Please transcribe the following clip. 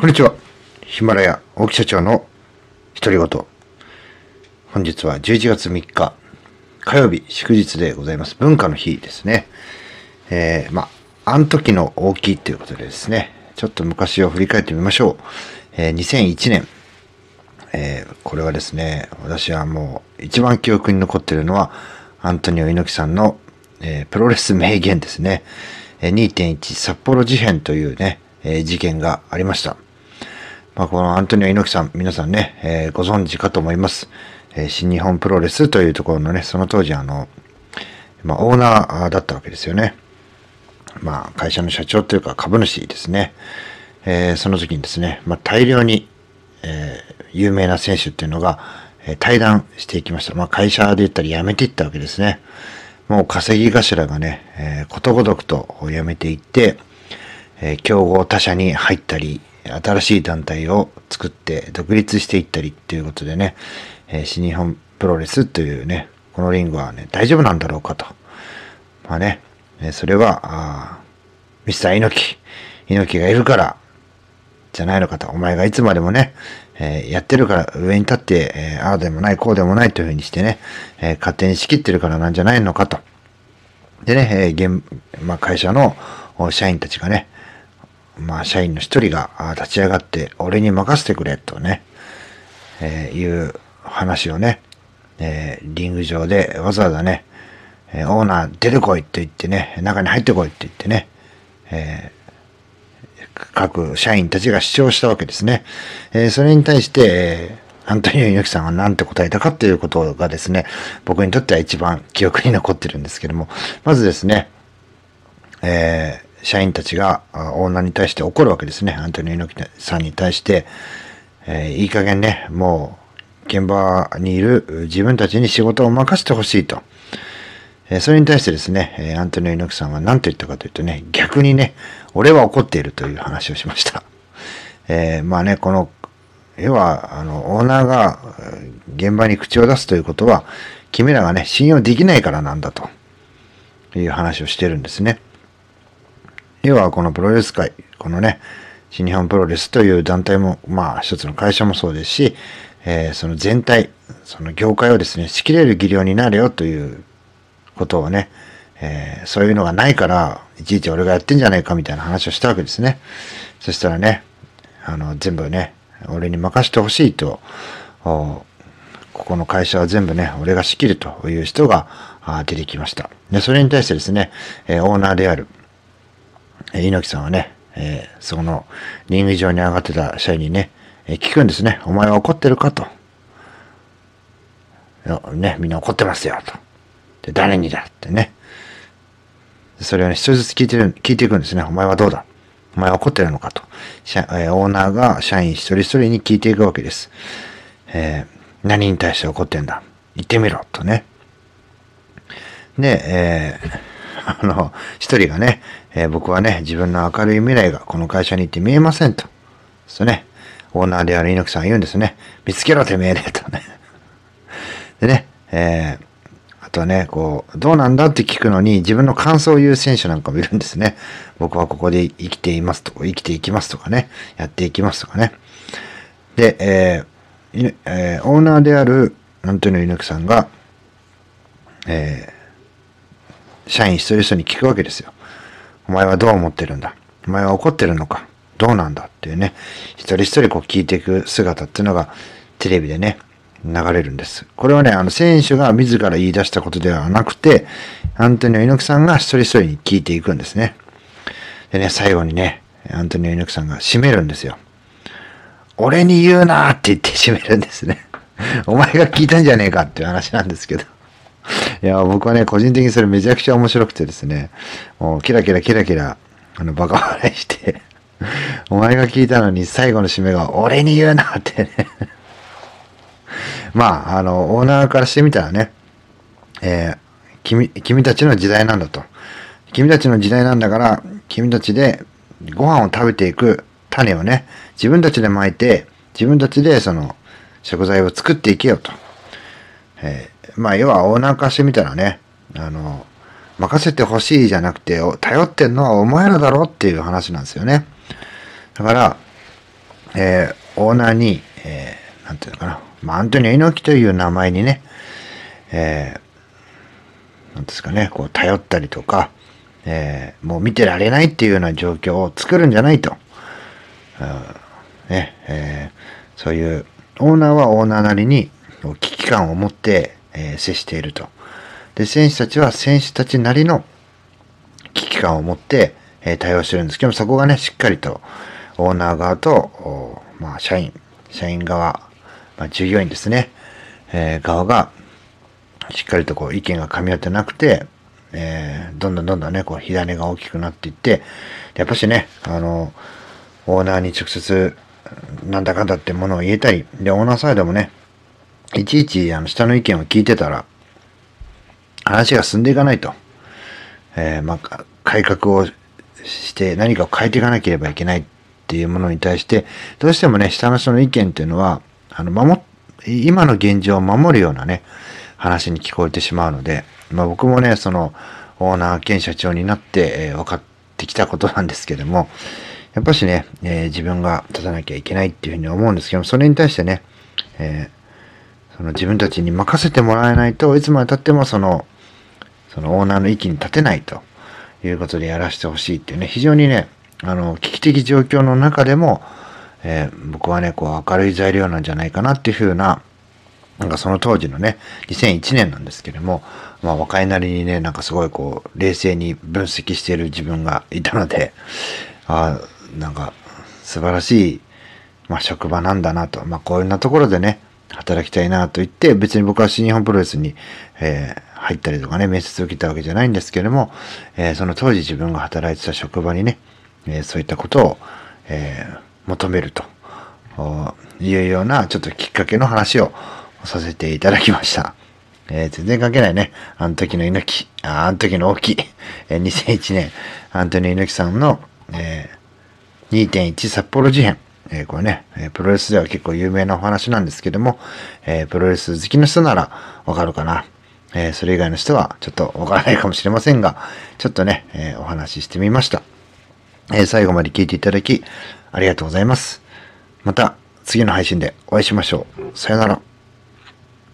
こんにちは。ヒマラヤ大木社長の独り言。本日は11月3日火曜日祝日でございます。文化の日ですね。あの時の大きいということでですね、ちょっと昔を振り返ってみましょう。2001年、これはですね、私はもう一番記憶に残っているのはアントニオ猪木さんの、プロレス名言ですね。2.1 札幌事変というね、事件がありました。このアントニオ猪木さん、皆さんね、ご存知かと思います。新日本プロレスというところのね、その当時オーナーだったわけですよね。会社の社長というか株主ですね。その時にですね、大量に、有名な選手っていうのが、退団していきました。会社で言ったら辞めていったわけですね。もう稼ぎ頭がね、ことごとくと辞めていって、競合他社に入ったり、新しい団体を作って独立していったりっていうことでね、新日本プロレスというね、このリングはね、大丈夫なんだろうかと。それは、ミスター猪木がいるから、じゃないのかと。お前がいつまでもね、やってるから上に立って、ああでもない、こうでもないというふうにしてね、勝手に仕切ってるからなんじゃないのかと。でね、会社の社員たちがね、社員の一人が立ち上がって、俺に任せてくれとね、いう話をね、リング上でわざわざね、オーナー出てこいって言ってね、中に入ってこいって言ってね、各社員たちが主張したわけですね。それに対して、アントニオ猪木さんは何て答えたかということがですね、僕にとっては一番記憶に残ってるんですけども、まずですね、社員たちがオーナーに対して怒るわけですね。アントニオ猪木さんに対して、いい加減ね、もう現場にいる自分たちに仕事を任せてほしいと。それに対してですね、アントニオ猪木さんは何と言ったかというとね、逆にね、俺は怒っているという話をしました。この、要は、オーナーが現場に口を出すということは、君らがね、信用できないからなんだという話をしてるんですね。要はこのプロレス界、このね、新日本プロレスという団体も、一つの会社もそうですし、その全体、その業界をですね、仕切れる技量になれよということをね、そういうのがないから、いちいち俺がやってんじゃないかみたいな話をしたわけですね。そしたらね、全部ね、俺に任せてほしいと、ここの会社は全部ね、俺が仕切るという人が出てきました。で、それに対してですね、オーナーである、猪木さんはね、そのリング上に上がってた社員にね、聞くんですね。お前は怒ってるかと。ね、みんな怒ってますよと。で、誰にだってね。それをね、一人ずつ聞いていくんですね。お前はどうだ。お前は怒ってるのかと。オーナーが社員一人一人に聞いていくわけです。何に対して怒ってんだ。言ってみろとね。で、一人がね、僕はね、自分の明るい未来がこの会社に行って見えませんと。そうね、オーナーである猪木さんは言うんですね。見つけろてめえでとね。でね、あとはね、どうなんだって聞くのに自分の感想を言う選手なんかもいるんですね。僕はここで生きていきますとかね、やっていきますとかね。で、オーナーであるアントニオ猪木さんが、社員一人一人に聞くわけですよ。お前はどう思ってるんだ。お前は怒ってるのか。どうなんだっていうね、一人一人聞いていく姿っていうのがテレビでね、流れるんです。これはね、選手が自ら言い出したことではなくて、アントニオ猪木さんが一人一人に聞いていくんですね。でね、最後にね、アントニオ猪木さんが締めるんですよ。俺に言うなーって言って締めるんですね。お前が聞いたんじゃねえかっていう話なんですけど。いや、僕はね、個人的にそれめちゃくちゃ面白くてですね、もうキラキラ、バカ笑いして、お前が聞いたのに最後の締めが、俺に言うなってね。オーナーからしてみたらね、君たちの時代なんだと。君たちの時代なんだから、君たちでご飯を食べていく種をね、自分たちで巻いて、自分たちでその食材を作っていけよと。要はオーナーからしてみたらね、任せてほしいじゃなくて、頼ってんのはお前らだろっていう話なんですよね。だから、 オーナーに、なんていうのかな、まあ、アントニオ猪木という名前にね、なんですかね、こう頼ったりとか、もう見てられないっていうような状況を作るんじゃないと。そういうオーナーはオーナーなりに危機感を持って、接していると。で、選手たちは選手たちなりの危機感を持って、対応してるんですけども、そこがね、しっかりとオーナー側と、まあ、社員側、まあ、従業員ですね、側がしっかりとこう意見が噛み合ってなくて、どんどんね、こう火種が大きくなっていって、やっぱしね、オーナーに直接なんだかんだってものを言えたり、で、オーナーサイドもね、いちいち下の意見を聞いてたら、話が進んでいかないと。まあ、改革をして何かを変えていかなければいけないっていうものに対して、どうしてもね、下の人の意見っていうのは、今の現状を守るようなね、話に聞こえてしまうので、まあ僕もね、その、オーナー兼社長になって、分かってきたことなんですけども、やっぱしね、自分が立たなきゃいけないっていうふうに思うんですけども、それに対してね、その自分たちに任せてもらえないといつまで経ってもそのオーナーの域に立てないということでやらせてほしいっていうね、非常にね、危機的状況の中でも、僕はね、こう明るい材料なんじゃないかなっていうふうな、なんかその当時のね、2001年なんですけども、まあ若いなりにね、なんかすごいこう、冷静に分析している自分がいたので、なんか素晴らしい、まあ職場なんだなと、まあこういうようなところでね、働きたいなと言って、別に僕は新日本プロレスに、入ったりとかね、面接を受けたわけじゃないんですけれども、その当時自分が働いてた職場にね、そういったことを、求めるというようなちょっときっかけの話をさせていただきました。全然関係ないね。あの時の大きい、2001年、アントニオ猪木さんの、2.1 札幌事変。これね、プロレスでは結構有名なお話なんですけども、プロレス好きの人ならわかるかな。それ以外の人はちょっとわからないかもしれませんが、ちょっとね、お話ししてみました。最後まで聞いていただきありがとうございます。また次の配信でお会いしましょう。さよなら。